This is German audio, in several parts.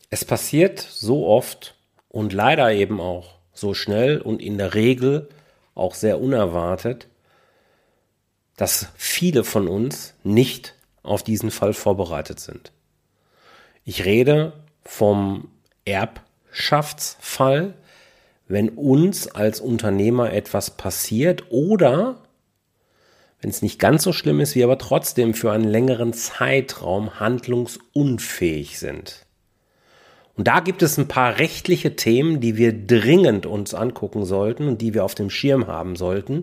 Es passiert so oft und leider eben auch so schnell und in der Regel auch sehr unerwartet, dass viele von uns nicht auf diesen Fall vorbereitet sind. Ich rede vom Erbschaftsfall, wenn uns als Unternehmer etwas passiert oder wenn es nicht ganz so schlimm ist, wir aber trotzdem für einen längeren Zeitraum handlungsunfähig sind. Und da gibt es ein paar rechtliche Themen, die wir dringend uns angucken sollten und die wir auf dem Schirm haben sollten.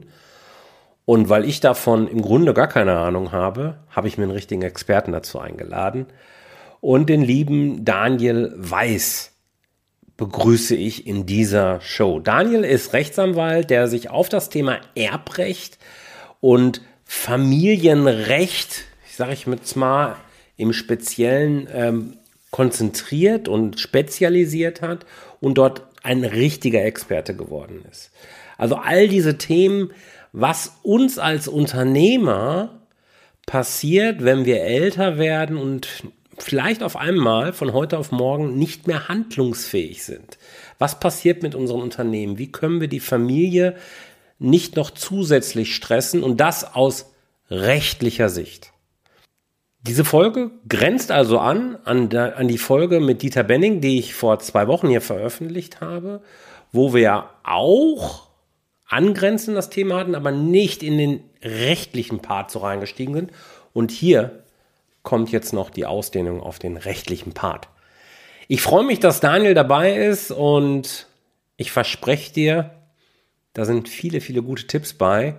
Und weil ich davon im Grunde gar keine Ahnung habe, habe ich mir einen richtigen Experten dazu eingeladen. Und den lieben Daniel Weiß begrüße ich in dieser Show. Daniel ist Rechtsanwalt, der sich auf das Thema Erbrecht und Familienrecht, ich sage jetzt mal im Speziellen, konzentriert und spezialisiert hat und dort ein richtiger Experte geworden ist. Also all diese Themen, was uns als Unternehmer passiert, wenn wir älter werden und vielleicht auf einmal von heute auf morgen nicht mehr handlungsfähig sind. Was passiert mit unseren Unternehmen? Wie können wir die Familie nicht noch zusätzlich stressen und das aus rechtlicher Sicht? Diese Folge grenzt also an die Folge mit Dieter Benning, die ich vor 2 Wochen hier veröffentlicht habe, wo wir ja auch angrenzend das Thema hatten, aber nicht in den rechtlichen Part so reingestiegen sind. Und hier kommt jetzt noch die Ausdehnung auf den rechtlichen Part. Ich freue mich, dass Daniel dabei ist und ich verspreche dir, da sind viele, viele gute Tipps bei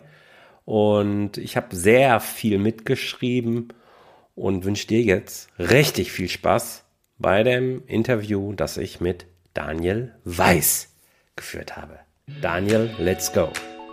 und ich habe sehr viel mitgeschrieben und wünsche dir jetzt richtig viel Spaß bei dem Interview, das ich mit Daniel Weiß geführt habe. Daniel, let's go.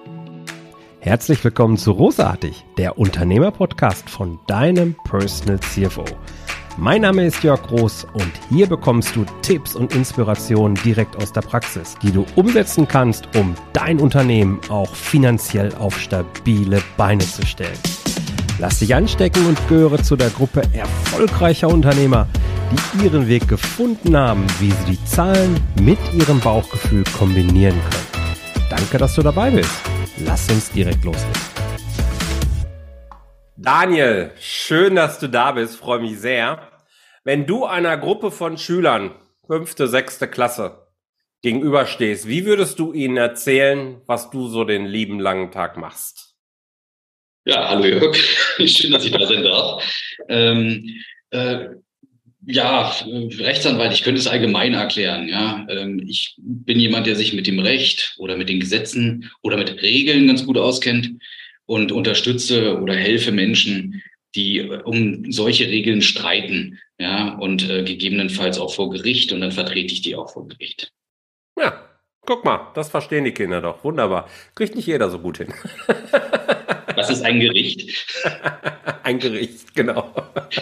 Herzlich willkommen zu Rosartig, der Unternehmer-Podcast von deinem Personal CFO. Mein Name ist Jörg Groß und hier bekommst du Tipps und Inspirationen direkt aus der Praxis, die du umsetzen kannst, um dein Unternehmen auch finanziell auf stabile Beine zu stellen. Lass dich anstecken und gehöre zu der Gruppe erfolgreicher Unternehmer, die ihren Weg gefunden haben, wie sie die Zahlen mit ihrem Bauchgefühl kombinieren können. Danke, dass du dabei bist. Lass uns direkt loslegen. Daniel, schön, dass du da bist. Freue mich sehr. Wenn du einer Gruppe von Schülern, 5., 6. Klasse, gegenüberstehst, wie würdest du ihnen erzählen, was du so den lieben langen Tag machst? Ja, hallo Jörg, schön, dass ich da sein darf. Rechtsanwalt, ich könnte es allgemein erklären. Ja, ich bin jemand, der sich mit dem Recht oder mit den Gesetzen oder mit Regeln ganz gut auskennt und unterstütze oder helfe Menschen, die um solche Regeln streiten, ja, und gegebenenfalls auch vor Gericht, und dann vertrete ich die auch vor Gericht. Ja, guck mal, das verstehen die Kinder doch. Wunderbar. Kriegt nicht jeder so gut hin. Was ist ein Gericht? Ein Gericht, genau.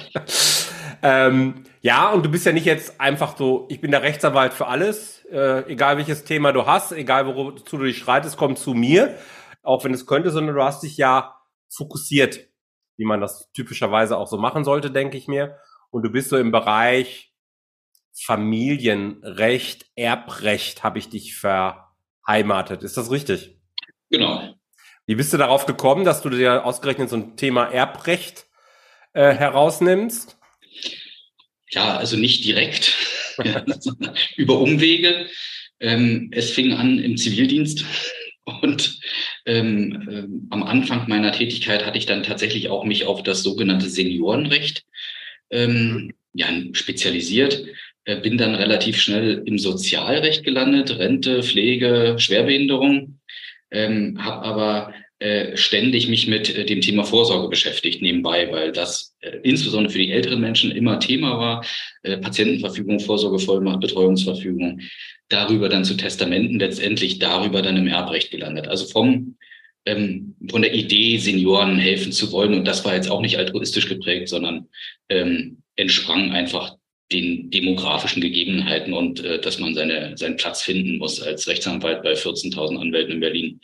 Ja, und du bist ja nicht jetzt einfach so, ich bin der Rechtsanwalt für alles, egal welches Thema du hast, egal wozu du dich streitest, komm zu mir, auch wenn es könnte, sondern du hast dich ja fokussiert, wie man das typischerweise auch so machen sollte, denke ich mir. Und du bist so im Bereich Familienrecht, Erbrecht, habe ich dich verheimatet. Ist das richtig? Genau. Wie bist du darauf gekommen, dass du dir ausgerechnet so ein Thema Erbrecht herausnimmst? Ja, also nicht direkt, sondern über Umwege. Es fing an im Zivildienst und am Anfang meiner Tätigkeit hatte ich dann tatsächlich auch mich auf das sogenannte Seniorenrecht spezialisiert. Bin dann relativ schnell im Sozialrecht gelandet, Rente, Pflege, Schwerbehinderung. Habe aber ständig mich mit dem Thema Vorsorge beschäftigt nebenbei, weil das insbesondere für die älteren Menschen immer Thema war. Patientenverfügung, Vorsorgevollmacht, Betreuungsverfügung, darüber dann zu Testamenten, letztendlich darüber dann im Erbrecht gelandet. Also von der Idee, Senioren helfen zu wollen, und das war jetzt auch nicht altruistisch geprägt, sondern entsprang einfach den demografischen Gegebenheiten und dass man seinen Platz finden muss als Rechtsanwalt bei 14.000 Anwälten in Berlin.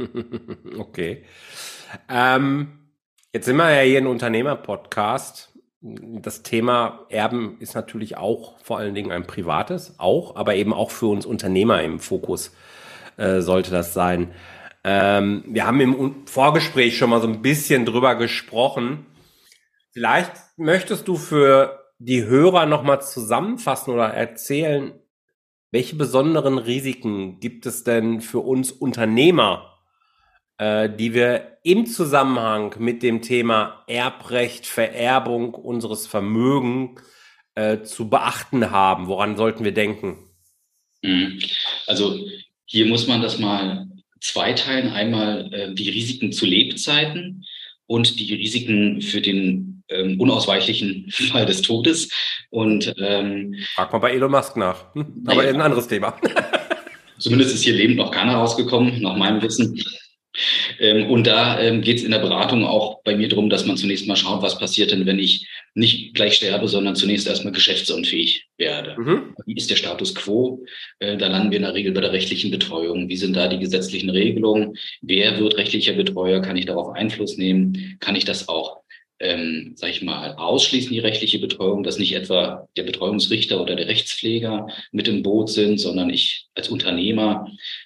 Okay. Jetzt sind wir ja hier ein Unternehmer-Podcast Das Thema Erben ist natürlich auch vor allen Dingen ein privates, auch, aber eben auch für uns Unternehmer im Fokus sollte das sein. Wir haben im Vorgespräch schon mal so ein bisschen drüber gesprochen. Vielleicht möchtest du für die Hörer noch mal zusammenfassen oder erzählen, welche besonderen Risiken gibt es denn für uns Unternehmer, die wir im Zusammenhang mit dem Thema Erbrecht, Vererbung unseres Vermögens zu beachten haben? Woran sollten wir denken? Mhm. Also hier muss man das mal zweiteilen. Einmal die Risiken zu Lebzeiten und die Risiken für den unausweichlichen Fall des Todes. Und Frag mal bei Elon Musk nach. Aber naja, ein anderes Thema. zumindest ist hier lebend noch keiner rausgekommen, nach meinem Wissen. Und da geht es in der Beratung auch bei mir darum, dass man zunächst mal schaut, was passiert denn, wenn ich nicht gleich sterbe, sondern zunächst erstmal geschäftsunfähig werde. Mhm. Wie ist der Status quo? Da landen wir in der Regel bei der rechtlichen Betreuung. Wie sind da die gesetzlichen Regelungen? Wer wird rechtlicher Betreuer? Kann ich darauf Einfluss nehmen? Kann ich das auch, sage ich mal, ausschließen, die rechtliche Betreuung, dass nicht etwa der Betreuungsrichter oder der Rechtspfleger mit im Boot sind, sondern ich als Unternehmer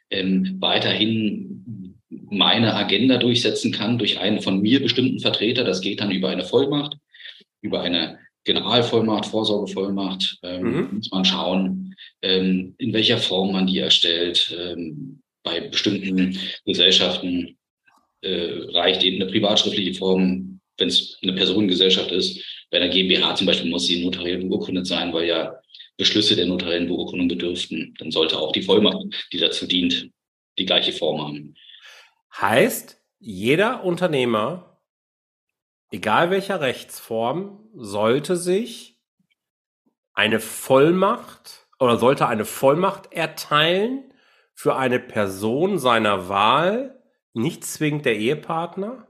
weiterhin meine Agenda durchsetzen kann durch einen von mir bestimmten Vertreter. Das geht dann über eine Vollmacht, über eine Generalvollmacht, Vorsorgevollmacht. Mhm. Muss man schauen, in welcher Form man die erstellt. Bei bestimmten Gesellschaften reicht eben eine privatschriftliche Form, wenn es eine Personengesellschaft ist. Bei einer GmbH zum Beispiel muss sie notariell beurkundet sein, weil ja Beschlüsse der notariellen Beurkundung bedürften. Dann sollte auch die Vollmacht, die dazu dient, die gleiche Form haben. Heißt, jeder Unternehmer, egal welcher Rechtsform, sollte sich eine Vollmacht oder sollte eine Vollmacht erteilen für eine Person seiner Wahl, nicht zwingend der Ehepartner,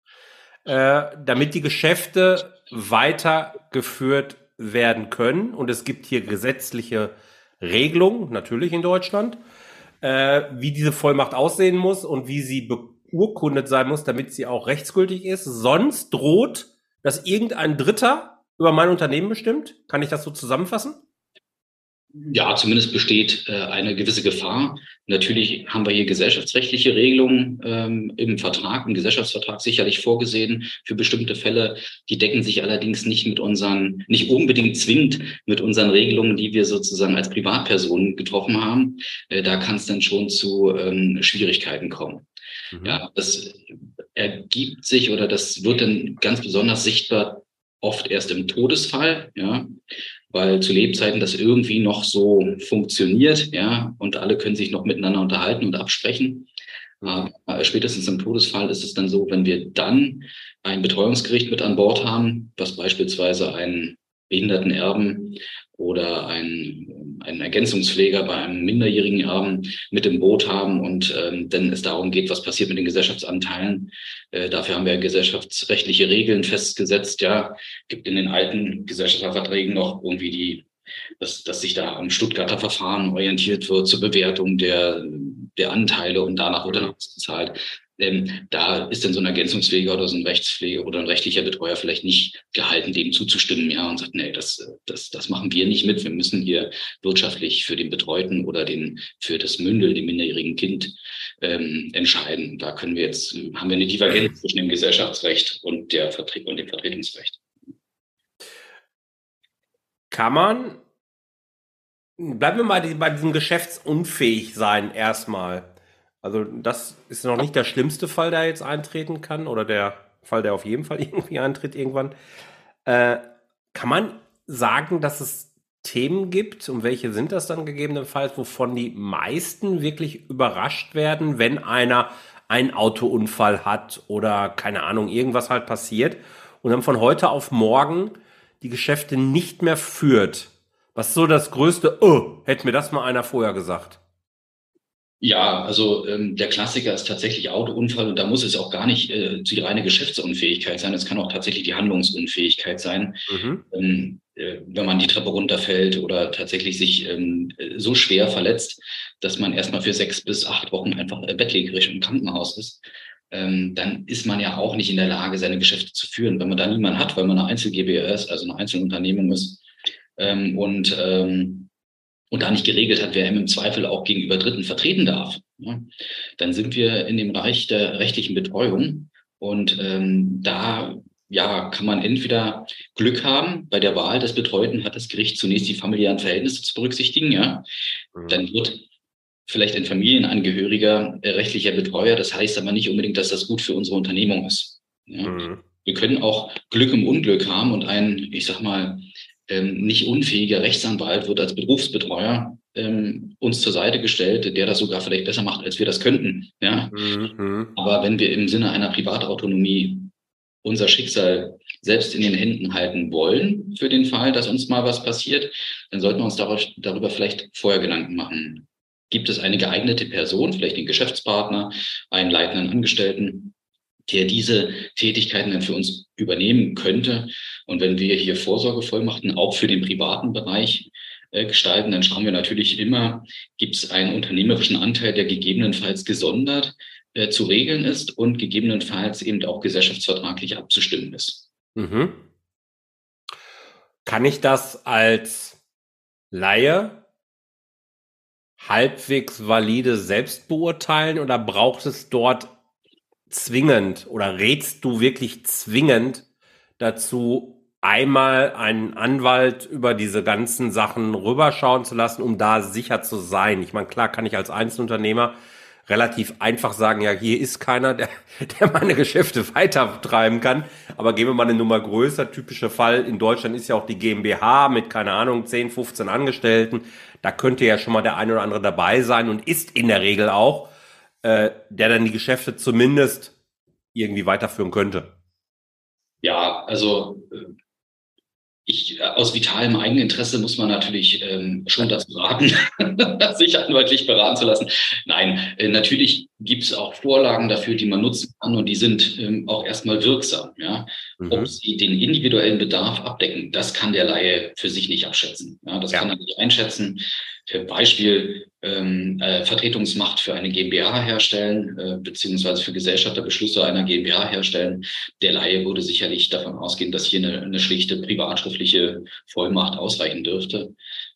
damit die Geschäfte weitergeführt werden können. Und es gibt hier gesetzliche Regelungen, natürlich in Deutschland, wie diese Vollmacht aussehen muss und wie sie beurkundet sein muss, damit sie auch rechtsgültig ist. Sonst droht, dass irgendein Dritter über mein Unternehmen bestimmt. Kann ich das so zusammenfassen? Ja, zumindest besteht eine gewisse Gefahr. Natürlich haben wir hier gesellschaftsrechtliche Regelungen im Vertrag, im Gesellschaftsvertrag sicherlich vorgesehen für bestimmte Fälle. Die decken sich allerdings nicht mit unseren, nicht unbedingt zwingend mit unseren Regelungen, die wir sozusagen als Privatpersonen getroffen haben. Da kann es dann schon zu Schwierigkeiten kommen. Mhm. Ja, das ergibt sich oder das wird dann ganz besonders sichtbar oft erst im Todesfall, ja, weil zu Lebzeiten das irgendwie noch so funktioniert, ja, und alle können sich noch miteinander unterhalten und absprechen. Aber spätestens im Todesfall ist es dann so, wenn wir dann ein Betreuungsgericht mit an Bord haben, was beispielsweise einen behinderten Erben oder einen Ergänzungspfleger bei einem minderjährigen Erben mit im Boot haben und dann es darum geht, was passiert mit den Gesellschaftsanteilen. Dafür haben wir gesellschaftsrechtliche Regeln festgesetzt. Ja, gibt in den alten Gesellschaftsverträgen noch irgendwie dass sich da am Stuttgarter Verfahren orientiert wird zur Bewertung der Anteile und danach wird dann ausgezahlt. Da ist dann so ein Ergänzungspfleger oder so ein Rechtspfleger oder ein rechtlicher Betreuer vielleicht nicht gehalten, dem zuzustimmen, ja, und sagt, nee, das machen wir nicht mit. Wir müssen hier wirtschaftlich für den Betreuten oder für das Mündel, dem minderjährigen Kind, entscheiden. Da haben wir eine Divergenz zwischen dem Gesellschaftsrecht und dem Vertretungsrecht. Kann man, bleiben wir mal bei diesem Geschäftsunfähigsein erstmal. Also das ist noch nicht der schlimmste Fall, der jetzt eintreten kann oder der Fall, der auf jeden Fall irgendwie eintritt irgendwann. Kann man sagen, dass es Themen gibt, und welche sind das dann gegebenenfalls, wovon die meisten wirklich überrascht werden, wenn einer einen Autounfall hat oder keine Ahnung, irgendwas halt passiert und dann von heute auf morgen die Geschäfte nicht mehr führt? Was ist so das größte, oh, hätte mir das mal einer vorher gesagt? Ja, also der Klassiker ist tatsächlich Autounfall und da muss es auch gar nicht die reine Geschäftsunfähigkeit sein. Es kann auch tatsächlich die Handlungsunfähigkeit sein, Mhm. wenn man die Treppe runterfällt oder tatsächlich sich so schwer verletzt, dass man erstmal für 6 bis 8 Wochen einfach bettlägerig im Krankenhaus ist. dann ist man ja auch nicht in der Lage, seine Geschäfte zu führen, wenn man da niemanden hat, weil man eine Einzel-GbR ist, also eine Einzelunternehmung ist, und da nicht geregelt hat, wer im Zweifel auch gegenüber Dritten vertreten darf. Ja, dann sind wir in dem Bereich der rechtlichen Betreuung und da ja, kann man entweder Glück haben, bei der Wahl des Betreuten hat das Gericht zunächst die familiären Verhältnisse zu berücksichtigen, ja. Dann wird vielleicht ein Familienangehöriger rechtlicher Betreuer. Das heißt aber nicht unbedingt, dass das gut für unsere Unternehmung ist. Ja. Wir können auch Glück im Unglück haben und ein, ich sag mal, nicht unfähiger Rechtsanwalt wird als Berufsbetreuer uns zur Seite gestellt, der das sogar vielleicht besser macht, als wir das könnten. Ja. Aber wenn wir im Sinne einer Privatautonomie unser Schicksal selbst in den Händen halten wollen, für den Fall, dass uns mal was passiert, dann sollten wir uns darüber vielleicht vorher Gedanken machen. Gibt es eine geeignete Person, vielleicht den Geschäftspartner, einen leitenden Angestellten, der diese Tätigkeiten dann für uns übernehmen könnte? Und wenn wir hier Vorsorgevollmachten auch für den privaten Bereich gestalten, dann schauen wir natürlich immer, gibt es einen unternehmerischen Anteil, der gegebenenfalls gesondert zu regeln ist und gegebenenfalls eben auch gesellschaftsvertraglich abzustimmen ist. Kann ich das als Laie halbwegs valide selbst beurteilen oder braucht es dort zwingend oder rätst du wirklich zwingend dazu, einmal einen Anwalt über diese ganzen Sachen rüberschauen zu lassen, um da sicher zu sein? Ich meine, klar kann ich als Einzelunternehmer relativ einfach sagen, ja, hier ist keiner, der meine Geschäfte weitertreiben kann. Aber gehen wir mal eine Nummer größer. Typischer Fall in Deutschland ist ja auch die GmbH mit, keine Ahnung, 10, 15 Angestellten. Da könnte ja schon mal der eine oder andere dabei sein und ist in der Regel auch, der dann die Geschäfte zumindest irgendwie weiterführen könnte. Ja, also aus vitalem Eigeninteresse muss man natürlich schon dazu raten, sich anwaltlich beraten zu lassen. Nein, natürlich gibt es auch Vorlagen dafür, die man nutzen kann und die sind auch erstmal wirksam. Ja? Ob sie den individuellen Bedarf abdecken, das kann der Laie für sich nicht abschätzen. Ja? Das kann er nicht einschätzen. Beispiel Vertretungsmacht für eine GmbH herstellen, beziehungsweise für Gesellschafterbeschlüsse einer GmbH herstellen. Der Laie würde sicherlich davon ausgehen, dass hier eine schlichte privatschriftliche Vollmacht ausreichen dürfte.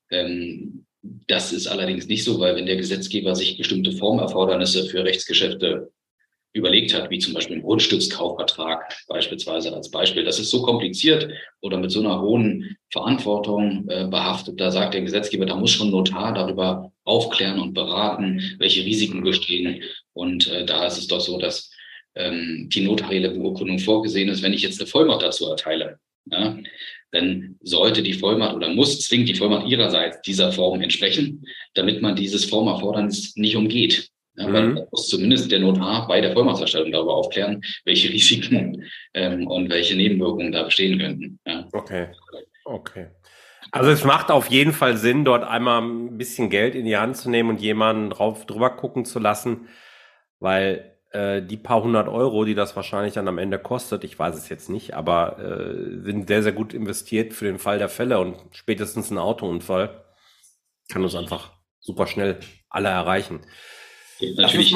Das ist allerdings nicht so, weil wenn der Gesetzgeber sich bestimmte Formerfordernisse für Rechtsgeschäfte überlegt hat, wie zum Beispiel ein Grundstückskaufvertrag beispielsweise als Beispiel. Das ist so kompliziert oder mit so einer hohen Verantwortung behaftet. Da sagt der Gesetzgeber, da muss schon ein Notar darüber aufklären und beraten, welche Risiken bestehen. Und da ist es doch so, dass die notarielle Beurkundung vorgesehen ist. Wenn ich jetzt eine Vollmacht dazu erteile, ja, dann sollte die Vollmacht oder muss zwingend die Vollmacht ihrerseits dieser Form entsprechen, damit man dieses Formerfordernis nicht umgeht. Ja, weil da muss zumindest der Notar bei der Vollmachtserstellung darüber aufklären, welche Risiken und welche Nebenwirkungen da bestehen könnten. Ja. Okay. Also es macht auf jeden Fall Sinn, dort einmal ein bisschen Geld in die Hand zu nehmen und jemanden drüber gucken zu lassen, weil die paar 100 Euro, die das wahrscheinlich dann am Ende kostet, ich weiß es jetzt nicht, aber sind sehr, sehr gut investiert für den Fall der Fälle und spätestens ein Autounfall kann uns einfach super schnell alle erreichen. Natürlich.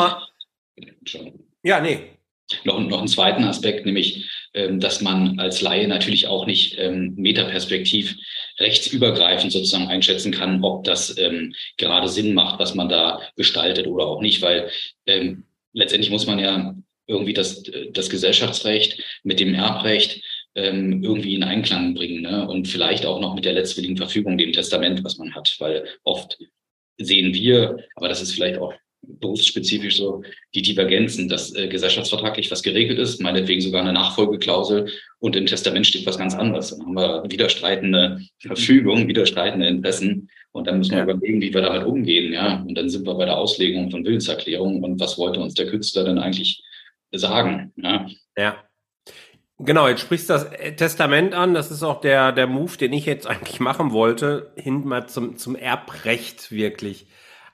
Ja, nee. Noch einen zweiten Aspekt, nämlich, dass man als Laie natürlich auch nicht metaperspektiv rechtsübergreifend sozusagen einschätzen kann, ob das gerade Sinn macht, was man da gestaltet oder auch nicht, weil letztendlich muss man ja irgendwie das Gesellschaftsrecht mit dem Erbrecht irgendwie in Einklang bringen, ne? Und vielleicht auch noch mit der letztwilligen Verfügung, dem Testament, was man hat, weil oft sehen wir, aber das ist vielleicht auch berufsspezifisch so, die Divergenzen, dass gesellschaftsvertraglich was geregelt ist, meinetwegen sogar eine Nachfolgeklausel und im Testament steht was ganz anderes. Dann haben wir widerstreitende Verfügungen, widerstreitende Interessen und dann müssen wir überlegen, wie wir damit umgehen. Ja? Und dann sind wir bei der Auslegung von Willenserklärungen und was wollte uns der Künstler denn eigentlich sagen? Ja. Genau, jetzt sprichst du das Testament an. Das ist auch der Move, den ich jetzt eigentlich machen wollte, hin mal zum Erbrecht wirklich.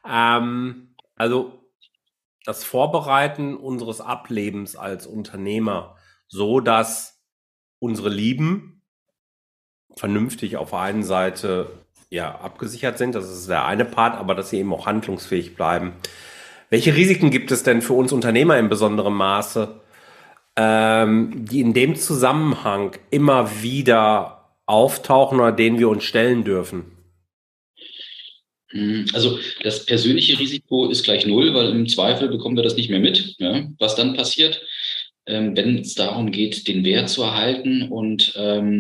Also das Vorbereiten unseres Ablebens als Unternehmer, so dass unsere Lieben vernünftig auf der einen Seite abgesichert sind, das ist der eine Part, aber dass sie eben auch handlungsfähig bleiben, Welche Risiken gibt es denn für uns Unternehmer in besonderem Maße, die in dem Zusammenhang immer wieder auftauchen oder denen wir uns stellen dürfen? Also das persönliche Risiko ist gleich null, weil im Zweifel bekommen wir das nicht mehr mit, ja, was dann passiert. Wenn es darum geht, den Wert zu erhalten und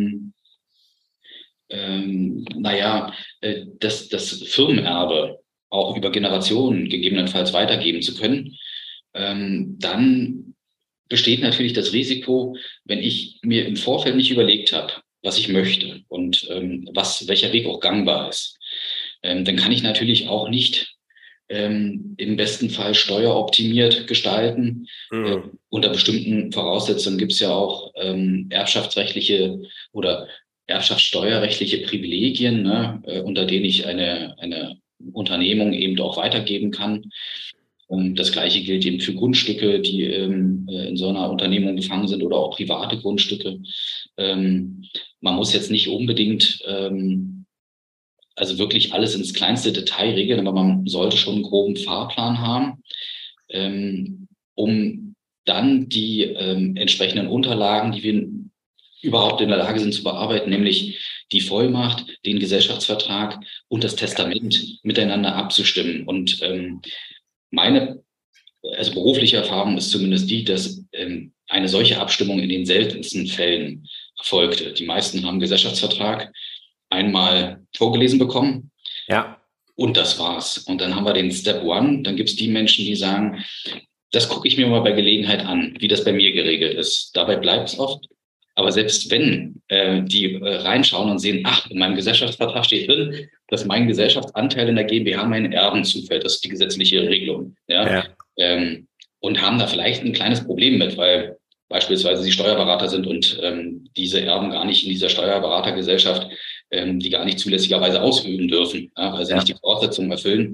das Firmenerbe auch über Generationen gegebenenfalls weitergeben zu können, dann besteht natürlich das Risiko, wenn ich mir im Vorfeld nicht überlegt habe, was ich möchte und welcher Weg auch gangbar ist, dann kann ich natürlich auch nicht im besten Fall steueroptimiert gestalten. Mhm. Unter bestimmten Voraussetzungen gibt es ja auch erbschaftsrechtliche oder erbschaftssteuerrechtliche Privilegien, ne, unter denen ich eine Unternehmung eben auch weitergeben kann. Und das Gleiche gilt eben für Grundstücke, die in so einer Unternehmung gefangen sind oder auch private Grundstücke. Man muss jetzt nicht unbedingt also wirklich alles ins kleinste Detail regeln, aber man sollte schon einen groben Fahrplan haben, um dann die entsprechenden Unterlagen, die wir überhaupt in der Lage sind zu bearbeiten, nämlich die Vollmacht, den Gesellschaftsvertrag und das Testament miteinander abzustimmen. Und meine also berufliche Erfahrung ist zumindest die, dass eine solche Abstimmung in den seltensten Fällen erfolgte. Die meisten haben einen Gesellschaftsvertrag einmal vorgelesen bekommen Ja, und das war's. Und dann haben wir den Step One. Dann gibt es die Menschen, die sagen, das gucke ich mir mal bei Gelegenheit an, wie das bei mir geregelt ist. Dabei bleibt es oft. Aber selbst wenn die reinschauen und sehen, ach, in meinem Gesellschaftsvertrag steht drin, dass mein Gesellschaftsanteil in der GmbH meinen Erben zufällt, das ist die gesetzliche Regelung, ja, ja, und haben da vielleicht ein kleines Problem mit, weil beispielsweise sie Steuerberater sind und diese Erben gar nicht in dieser Steuerberatergesellschaft die gar nicht zulässigerweise ausüben dürfen, ja, weil sie nicht die ja, Voraussetzungen erfüllen.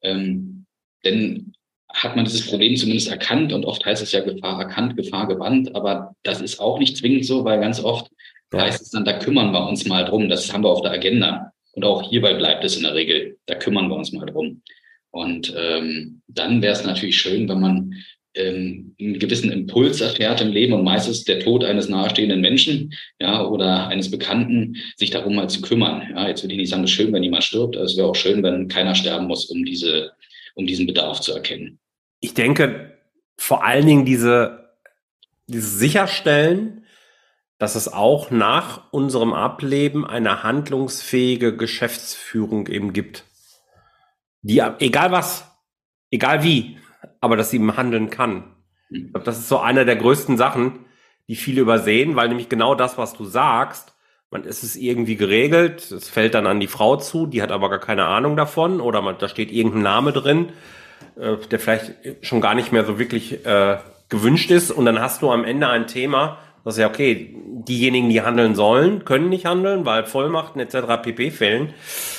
Denn hat man dieses Problem zumindest erkannt und oft heißt es ja Gefahr erkannt, Gefahr gebannt, aber das ist auch nicht zwingend so, weil ganz oft ja. heißt es dann, da kümmern wir uns mal drum, das haben wir auf der Agenda und auch hierbei bleibt es in der Regel, da kümmern wir uns mal drum. Und dann wäre es natürlich schön, wenn man einen gewissen Impuls erfährt im Leben und meistens der Tod eines nahestehenden Menschen, ja, oder eines Bekannten, sich darum mal zu kümmern. Ja, jetzt würde ich nicht sagen, es ist schön, wenn jemand stirbt, aber es wäre auch schön, wenn keiner sterben muss, um diesen Bedarf zu erkennen. Ich denke, vor allen Dingen dieses Sicherstellen, dass es auch nach unserem Ableben eine handlungsfähige Geschäftsführung eben gibt. Die, egal was, egal wie, aber dass sie eben handeln kann. Ich glaube, das ist so eine der größten Sachen, die viele übersehen, weil nämlich genau das, was du sagst, man ist es irgendwie geregelt, es fällt dann an die Frau zu, die hat aber gar keine Ahnung davon oder da steht irgendein Name drin, der vielleicht schon gar nicht mehr so wirklich gewünscht ist und dann hast du am Ende ein Thema, das ist ja okay, diejenigen, die handeln sollen, können nicht handeln, weil Vollmachten etc. pp. Fehlen.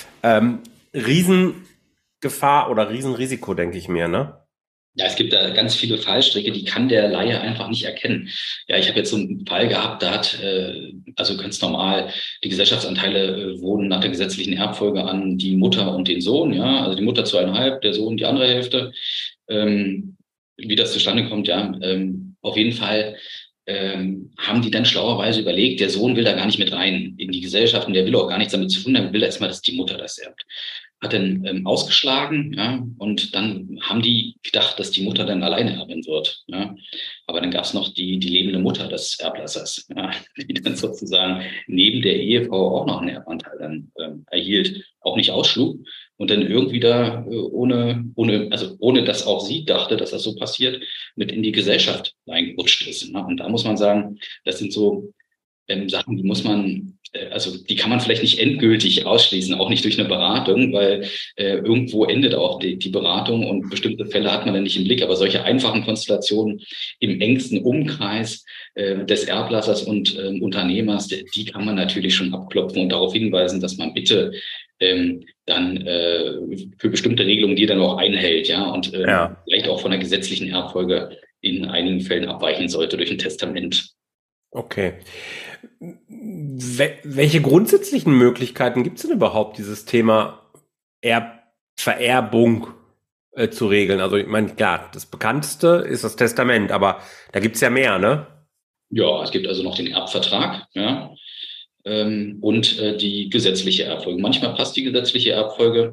Riesengefahr oder Riesenrisiko, denke ich mir, ne? Ja, es gibt da ganz viele Fallstricke, die kann der Laie einfach nicht erkennen. Ja, ich habe jetzt so einen Fall gehabt, da hat also ganz normal die Gesellschaftsanteile wurden nach der gesetzlichen Erbfolge an die Mutter und den Sohn, ja, also die Mutter 2,5, der Sohn die andere Hälfte. Wie das zustande kommt, ja, auf jeden Fall haben die dann schlauerweise überlegt, der Sohn will da gar nicht mit rein in die Gesellschaft und der will auch gar nichts damit zu tun, der will erstmal, dass die Mutter das erbt. Hat dann ausgeschlagen, ja, und dann haben die gedacht, dass die Mutter dann alleine erben wird, ja. Aber dann gab es noch die lebende Mutter des Erblassers, ja, die dann sozusagen neben der Ehefrau auch noch einen Erbanteil dann erhielt, auch nicht ausschlug und dann irgendwie da also ohne dass auch sie dachte, dass das so passiert, mit in die Gesellschaft reingerutscht ist. Ne? Und da muss man sagen, das sind so Sachen, die muss man, also die kann man vielleicht nicht endgültig ausschließen, auch nicht durch eine Beratung, weil irgendwo endet auch die Beratung und bestimmte Fälle hat man dann nicht im Blick. Aber solche einfachen Konstellationen im engsten Umkreis des Erblassers und Unternehmers, die kann man natürlich schon abklopfen und darauf hinweisen, dass man bitte dann für bestimmte Regelungen die dann auch einhält, ja, und Ja. vielleicht auch von der gesetzlichen Erbfolge in einigen Fällen abweichen sollte durch ein Testament. Okay. Welche grundsätzlichen Möglichkeiten gibt es denn überhaupt, dieses Thema Vererbung zu regeln. Also ich meine, klar, das bekannteste ist das Testament, aber da gibt's ja mehr, ne? Ja, es gibt also noch den Erbvertrag, ja, und die gesetzliche Erbfolge. Manchmal passt die gesetzliche Erbfolge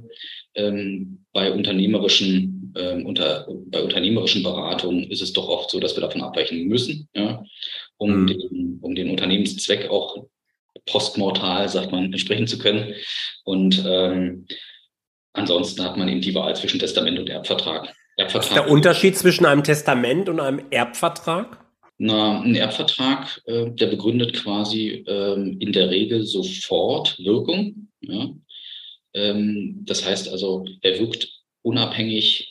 bei unternehmerischen Beratungen ist es doch oft so, dass wir davon abweichen müssen, ja, um den Unternehmenszweck auch postmortal, sagt man, entsprechen zu können. Und ansonsten hat man eben die Wahl zwischen Testament und Erbvertrag. Was ist der Unterschied zwischen einem Testament und einem Erbvertrag? Ein Erbvertrag, der begründet quasi in der Regel sofort Wirkung. Ja? Das heißt also, er wirkt unabhängig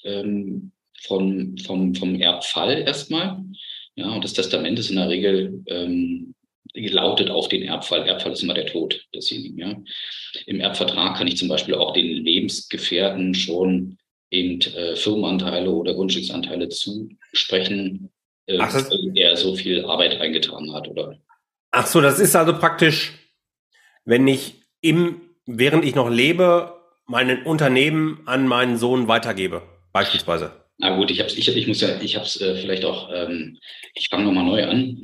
vom Erbfall erstmal. Ja, und das Testament ist in der Regel lautet auf den Erbfall. Erbfall ist immer der Tod desjenigen. Ja? Im Erbvertrag kann ich zum Beispiel auch den Lebensgefährten schon eben Firmenanteile oder Grundstücksanteile zusprechen, weil er so viel Arbeit reingetan hat, oder? Ach so, das ist also praktisch, wenn ich während ich noch lebe, mein Unternehmen an meinen Sohn weitergebe, beispielsweise. Na gut, ich hab's vielleicht auch, ich fange nochmal neu an.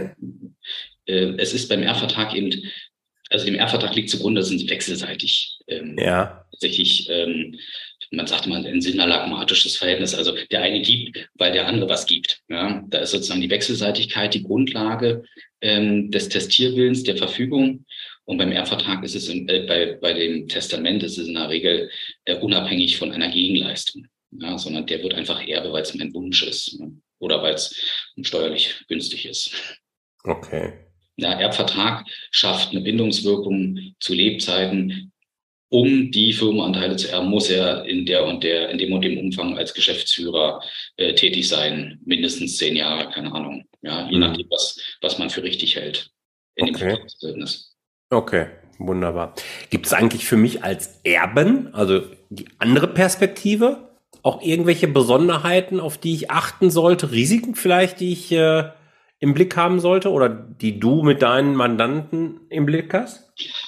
Es ist beim Erbvertrag eben, also dem Erbvertrag liegt zugrunde, das sind wechselseitig. Tatsächlich, man sagt immer ein synalagmatisches Verhältnis. Also der eine gibt, weil der andere was gibt. Ja? Da ist sozusagen die Wechselseitigkeit die Grundlage des Testierwillens, der Verfügung. Und beim Erbvertrag ist es, bei dem Testament ist es in der Regel unabhängig von einer Gegenleistung. Ja? Sondern der wird einfach Erbe, weil es mein Wunsch ist. Ne? Oder weil es steuerlich günstig ist. Okay. Der Erbvertrag schafft eine Bindungswirkung zu Lebzeiten. Um die Firmenanteile zu erben, muss er in dem und dem Umfang als Geschäftsführer tätig sein. Mindestens 10 Jahre, keine Ahnung. Ja, je nachdem, was man für richtig hält in dem Vertragsverhältnis. Okay, wunderbar. Gibt es eigentlich für mich als Erben, also die andere Perspektive, auch irgendwelche Besonderheiten, auf die ich achten sollte, Risiken vielleicht, die ich im Blick haben sollte oder die du mit deinen Mandanten im Blick hast?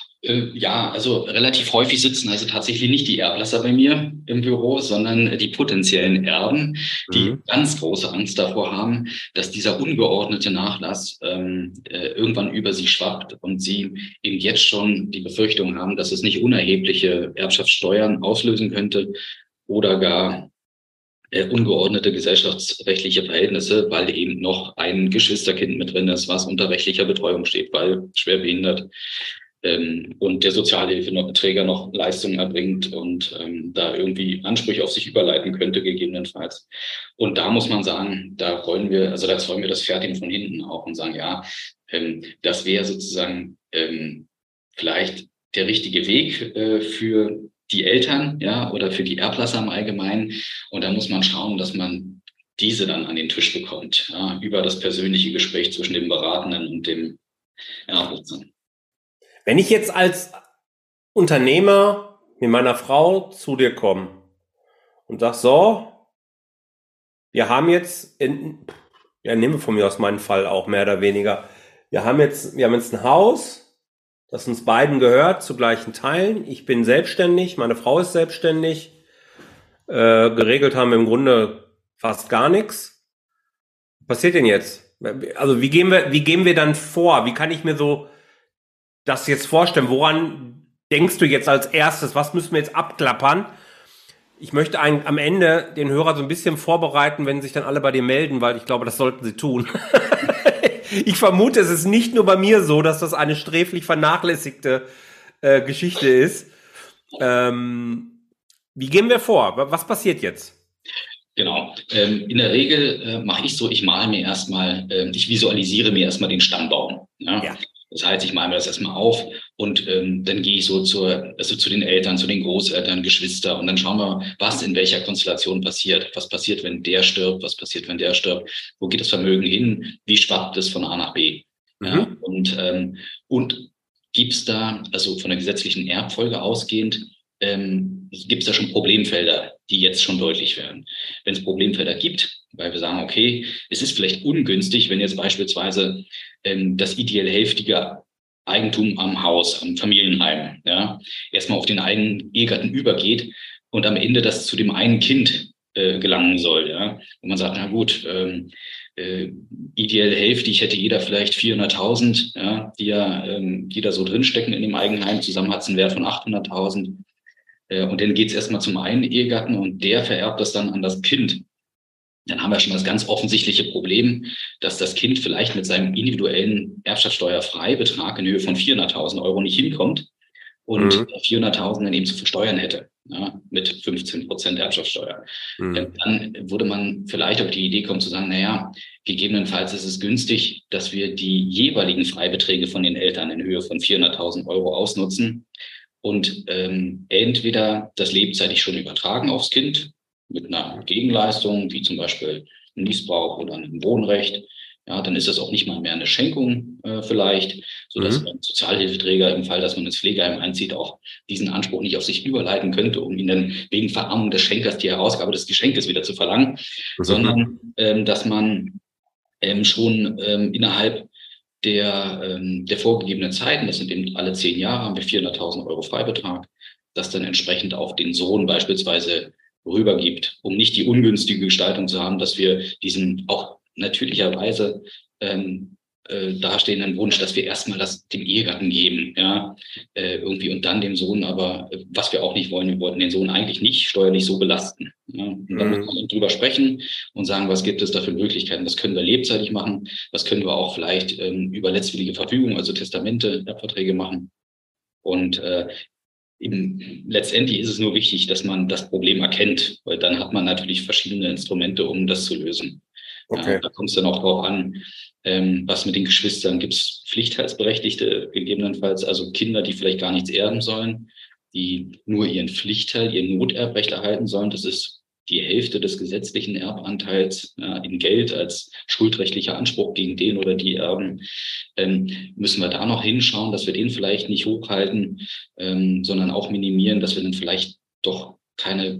Ja, also relativ häufig sitzen also tatsächlich nicht die Erblasser bei mir im Büro, sondern die potenziellen Erben, die ganz große Angst davor haben, dass dieser ungeordnete Nachlass irgendwann über sie schwappt und sie eben jetzt schon die Befürchtung haben, dass es nicht unerhebliche Erbschaftssteuern auslösen könnte oder gar ungeordnete gesellschaftsrechtliche Verhältnisse, weil eben noch ein Geschwisterkind mit drin ist, was unter rechtlicher Betreuung steht, weil schwer behindert. Und der Sozialhilfeträger noch Leistungen erbringt und da irgendwie Ansprüche auf sich überleiten könnte, gegebenenfalls. Und da muss man sagen, da zäumen wir das Pferd eben von hinten auch und sagen, ja, das wäre sozusagen vielleicht der richtige Weg für die Eltern, ja, oder für die Erblasser im Allgemeinen. Und da muss man schauen, dass man diese dann an den Tisch bekommt, ja, über das persönliche Gespräch zwischen dem Beratenden und dem Erblasser. Wenn ich jetzt als Unternehmer mit meiner Frau zu dir komme und sag so, wir haben jetzt, nehmen wir von mir aus meinen Fall auch mehr oder weniger, wir haben jetzt ein Haus, das uns beiden gehört, zu gleichen Teilen. Ich bin selbstständig, meine Frau ist selbstständig, geregelt haben wir im Grunde fast gar nichts. Was passiert denn jetzt? Also wie gehen wir dann vor? Wie kann ich mir so das jetzt vorstellen? Woran denkst du jetzt als erstes? Was müssen wir jetzt abklappern? Ich möchte am Ende den Hörer so ein bisschen vorbereiten, wenn sich dann alle bei dir melden, weil ich glaube, das sollten sie tun. Ich vermute, es ist nicht nur bei mir so, dass das eine sträflich vernachlässigte Geschichte ist. Wie gehen wir vor? Was passiert jetzt? Genau. In der Regel mache ich so, ich visualisiere mir erstmal den Stammbaum. Ja? Das heißt, ich male mir das erstmal auf und dann gehe ich so zu den Eltern, zu den Großeltern, Geschwister und dann schauen wir, was in welcher Konstellation passiert. Was passiert, wenn der stirbt? Was passiert, wenn der stirbt? Wo geht das Vermögen hin? Wie schwappt es von A nach B? Ja? Und gibt es da, also von der gesetzlichen Erbfolge ausgehend, gibt es da schon Problemfelder, die jetzt schon deutlich werden. Wenn es Problemfelder gibt, weil wir sagen, okay, es ist vielleicht ungünstig, wenn jetzt beispielsweise das ideell hälftige Eigentum am Haus, am Familienheim, ja, erstmal auf den einen Ehegatten übergeht und am Ende das zu dem einen Kind gelangen soll. Ja? Und man sagt, na gut, ideell hälftig hätte jeder vielleicht 400.000, ja, die da so drinstecken in dem Eigenheim. Zusammen hat es einen Wert von 800.000. Und dann geht es erstmal zum einen Ehegatten und der vererbt das dann an das Kind. Dann haben wir schon das ganz offensichtliche Problem, dass das Kind vielleicht mit seinem individuellen Erbschaftssteuerfreibetrag in Höhe von 400.000 Euro nicht hinkommt und 400.000 dann eben zu versteuern hätte, ja, mit 15% Erbschaftssteuer. Dann würde man vielleicht auf die Idee kommen zu sagen, naja, gegebenenfalls ist es günstig, dass wir die jeweiligen Freibeträge von den Eltern in Höhe von 400.000 Euro ausnutzen und entweder das lebenszeitig schon übertragen aufs Kind mit einer Gegenleistung, wie zum Beispiel ein Missbrauch oder ein Wohnrecht. Ja, dann ist das auch nicht mal mehr eine Schenkung vielleicht, sodass ein Sozialhilfeträger im Fall, dass man ins Pflegeheim einzieht, auch diesen Anspruch nicht auf sich überleiten könnte, um ihn dann wegen Verarmung des Schenkers die Herausgabe des Geschenkes wieder zu verlangen, sondern dass man schon innerhalb der vorgegebenen Zeiten, das sind eben alle 10 Jahre, haben wir 400.000 Euro Freibetrag, das dann entsprechend auf den Sohn beispielsweise rübergibt, um nicht die ungünstige Gestaltung zu haben, dass wir diesen auch natürlicherweise dastehenden Wunsch, dass wir erstmal das dem Ehegatten geben, ja, irgendwie und dann dem Sohn, aber was wir auch nicht wollen, wir wollten den Sohn eigentlich nicht steuerlich so belasten. Ja. Und dann muss man drüber sprechen und sagen, was gibt es da für Möglichkeiten, was können wir lebzeitig machen, was können wir auch vielleicht über letztwillige Verfügung, also Testamente, Erbverträge machen. Und letztendlich ist es nur wichtig, dass man das Problem erkennt, weil dann hat man natürlich verschiedene Instrumente, um das zu lösen. Okay. Ja, da kommt es dann auch darauf an, was mit den Geschwistern, gibt es Pflichtteilsberechtigte gegebenenfalls, also Kinder, die vielleicht gar nichts erben sollen, die nur ihren Pflichtteil, ihr Noterbrecht erhalten sollen. Das ist die Hälfte des gesetzlichen Erbanteils in Geld als schuldrechtlicher Anspruch gegen den oder die Erben. Müssen wir da noch hinschauen, dass wir den vielleicht nicht hochhalten, sondern auch minimieren, dass wir dann vielleicht doch keine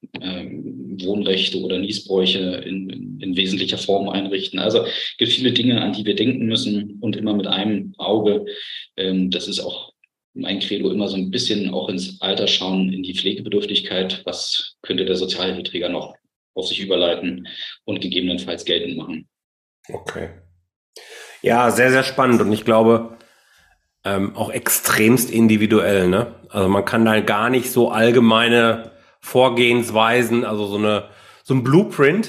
Wohnrechte oder Niesbräuche in wesentlicher Form einrichten. Also es gibt viele Dinge, an die wir denken müssen und immer mit einem Auge. Das ist auch mein Credo, immer so ein bisschen auch ins Alter schauen, in die Pflegebedürftigkeit. Was könnte der Sozialhilfeträger noch auf sich überleiten und gegebenenfalls geltend machen? Okay. Ja, sehr, sehr spannend und ich glaube auch extremst individuell, ne? Also man kann da gar nicht so allgemeine Vorgehensweisen, also so ein Blueprint.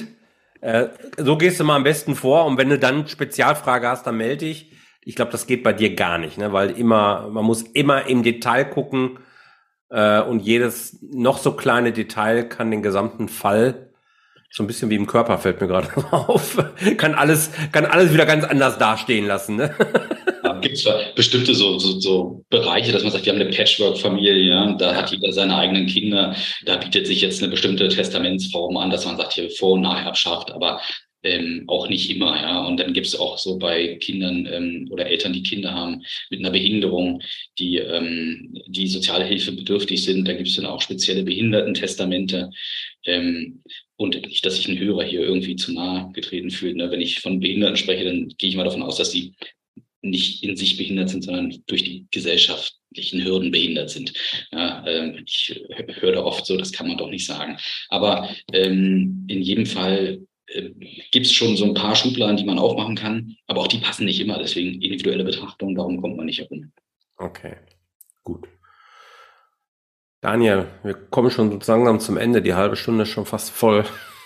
So gehst du mal am besten vor und wenn du dann Spezialfrage hast, dann melde dich. Ich glaube, das geht bei dir gar nicht, ne? Weil man muss immer im Detail gucken und jedes noch so kleine Detail kann den gesamten Fall, so ein bisschen wie im Körper fällt mir gerade auf, kann alles wieder ganz anders dastehen lassen, ne? Gibt es bestimmte so Bereiche, dass man sagt, wir haben eine Patchwork-Familie, ja, da hat jeder seine eigenen Kinder, da bietet sich jetzt eine bestimmte Testamentsform an, dass man sagt, hier Vor- und Nacherbschaft, aber auch nicht immer, ja. Und dann gibt es auch so bei Kindern oder Eltern, die Kinder haben mit einer Behinderung, die Sozialhilfe bedürftig sind, da gibt es dann auch spezielle Behindertentestamente. Und nicht, dass sich ein Hörer hier irgendwie zu nahe getreten fühlt. Ne? Wenn ich von Behinderten spreche, dann gehe ich mal davon aus, dass sie nicht in sich behindert sind, sondern durch die gesellschaftlichen Hürden behindert sind. Ja, ich höre da oft so, das kann man doch nicht sagen. Aber in jedem Fall gibt es schon so ein paar Schubladen, die man aufmachen kann, aber auch die passen nicht immer, deswegen individuelle Betrachtung, darum kommt man nicht herum. Okay, gut. Daniel, wir kommen schon langsam zum Ende, die halbe Stunde ist schon fast voll.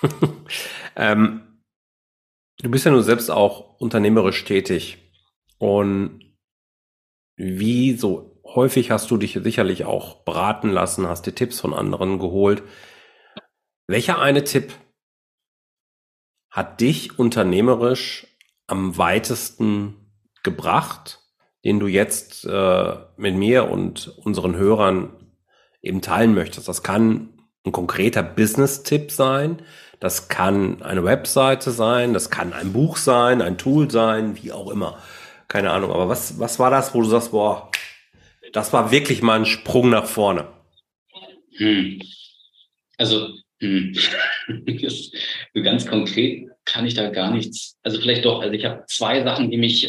Du bist ja nur selbst auch unternehmerisch tätig. Und wie so häufig hast du dich sicherlich auch beraten lassen, hast dir Tipps von anderen geholt. Welcher eine Tipp hat dich unternehmerisch am weitesten gebracht, den du jetzt mit mir und unseren Hörern eben teilen möchtest? Das kann ein konkreter Business-Tipp sein, das kann eine Webseite sein, das kann ein Buch sein, ein Tool sein, wie auch immer. Keine Ahnung, aber was war das, wo du sagst, boah, das war wirklich mal ein Sprung nach vorne? Also, so ganz konkret kann ich da gar nichts, also vielleicht doch, also ich habe 2 Sachen, die mich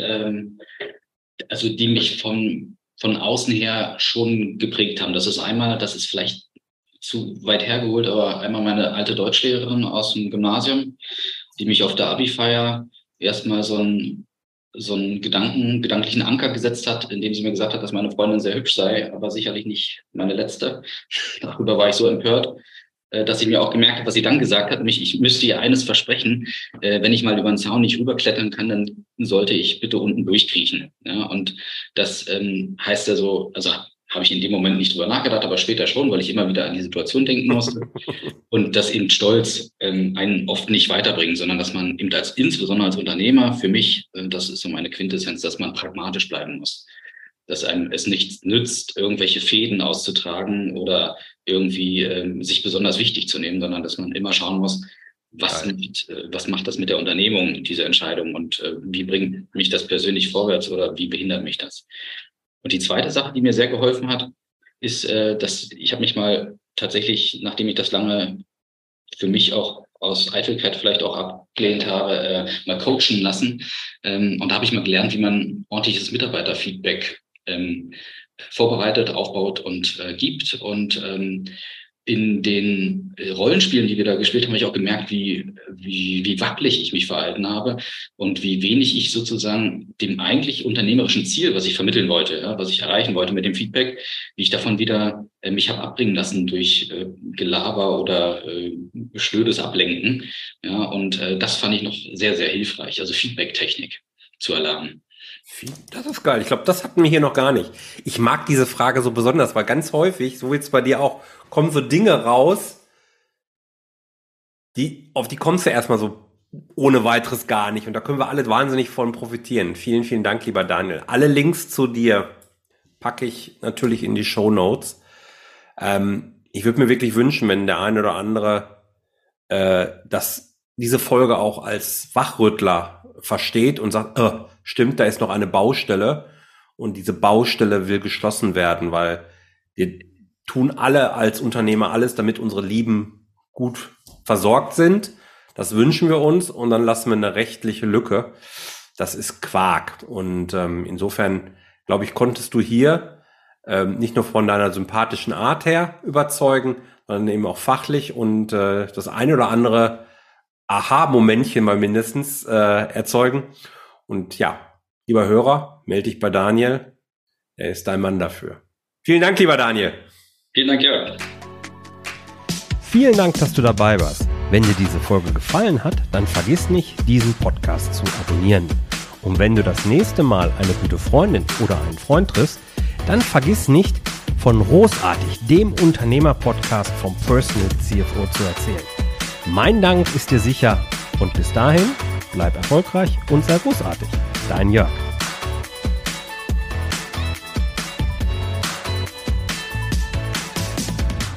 von außen her schon geprägt haben. Das ist einmal, das ist vielleicht zu weit hergeholt, aber einmal meine alte Deutschlehrerin aus dem Gymnasium, die mich auf der Abi-Feier erstmal so einen gedanklichen Anker gesetzt hat, indem sie mir gesagt hat, dass meine Freundin sehr hübsch sei, aber sicherlich nicht meine letzte. Darüber war ich so empört, dass ich mir auch gemerkt habe, was sie dann gesagt hat, nämlich ich müsste ihr eines versprechen, wenn ich mal über den Zaun nicht rüberklettern kann, dann sollte ich bitte unten durchkriechen. Ja, und das heißt ja so, also habe ich in dem Moment nicht drüber nachgedacht, aber später schon, weil ich immer wieder an die Situation denken musste. Und dass eben Stolz einen oft nicht weiterbringt, sondern dass man eben insbesondere als Unternehmer, für mich, das ist so meine Quintessenz, dass man pragmatisch bleiben muss. Dass einem es nichts nützt, irgendwelche Fäden auszutragen oder irgendwie sich besonders wichtig zu nehmen, sondern dass man immer schauen muss, was macht das mit der Unternehmung, diese Entscheidung, und wie bringt mich das persönlich vorwärts oder wie behindert mich das? Und die zweite Sache, die mir sehr geholfen hat, ist, dass ich habe mich mal tatsächlich, nachdem ich das lange für mich auch aus Eitelkeit vielleicht auch abgelehnt habe, mal coachen lassen. Und da habe ich mal gelernt, wie man ordentliches Mitarbeiterfeedback vorbereitet, aufbaut und gibt. Und in den Rollenspielen, die wir da gespielt haben, habe ich auch gemerkt, wie wackelig ich mich verhalten habe und wie wenig ich sozusagen dem eigentlich unternehmerischen Ziel, was ich vermitteln wollte, ja, was ich erreichen wollte mit dem Feedback, wie ich davon wieder mich habe abbringen lassen durch Gelaber oder schnödes Ablenken. Ja, und das fand ich noch sehr, sehr hilfreich, also Feedback-Technik zu erlernen. Das ist geil. Ich glaube, das hatten wir hier noch gar nicht. Ich mag diese Frage so besonders, weil ganz häufig, so wie es bei dir auch, kommen so Dinge raus, auf die kommst du erstmal so ohne weiteres gar nicht. Und da können wir alle wahnsinnig von profitieren. Vielen, vielen Dank, lieber Daniel. Alle Links zu dir packe ich natürlich in die Shownotes. Ich würde mir wirklich wünschen, wenn der eine oder andere dass diese Folge auch als Wachrüttler versteht und sagt, stimmt, da ist noch eine Baustelle und diese Baustelle will geschlossen werden, weil wir tun alle als Unternehmer alles, damit unsere Lieben gut versorgt sind. Das wünschen wir uns und dann lassen wir eine rechtliche Lücke. Das ist Quark. Und insofern, glaube ich, konntest du hier nicht nur von deiner sympathischen Art her überzeugen, sondern eben auch fachlich und das eine oder andere Aha-Momentchen mal mindestens erzeugen. Und ja, lieber Hörer, melde dich bei Daniel. Er ist dein Mann dafür. Vielen Dank, lieber Daniel. Vielen Dank, Jörg. Vielen Dank, dass du dabei warst. Wenn dir diese Folge gefallen hat, dann vergiss nicht, diesen Podcast zu abonnieren. Und wenn du das nächste Mal eine gute Freundin oder einen Freund triffst, dann vergiss nicht, von Großartig, dem Unternehmer-Podcast vom Personal CFO zu erzählen. Mein Dank ist dir sicher und bis dahin, bleib erfolgreich und sei großartig. Dein Jörg.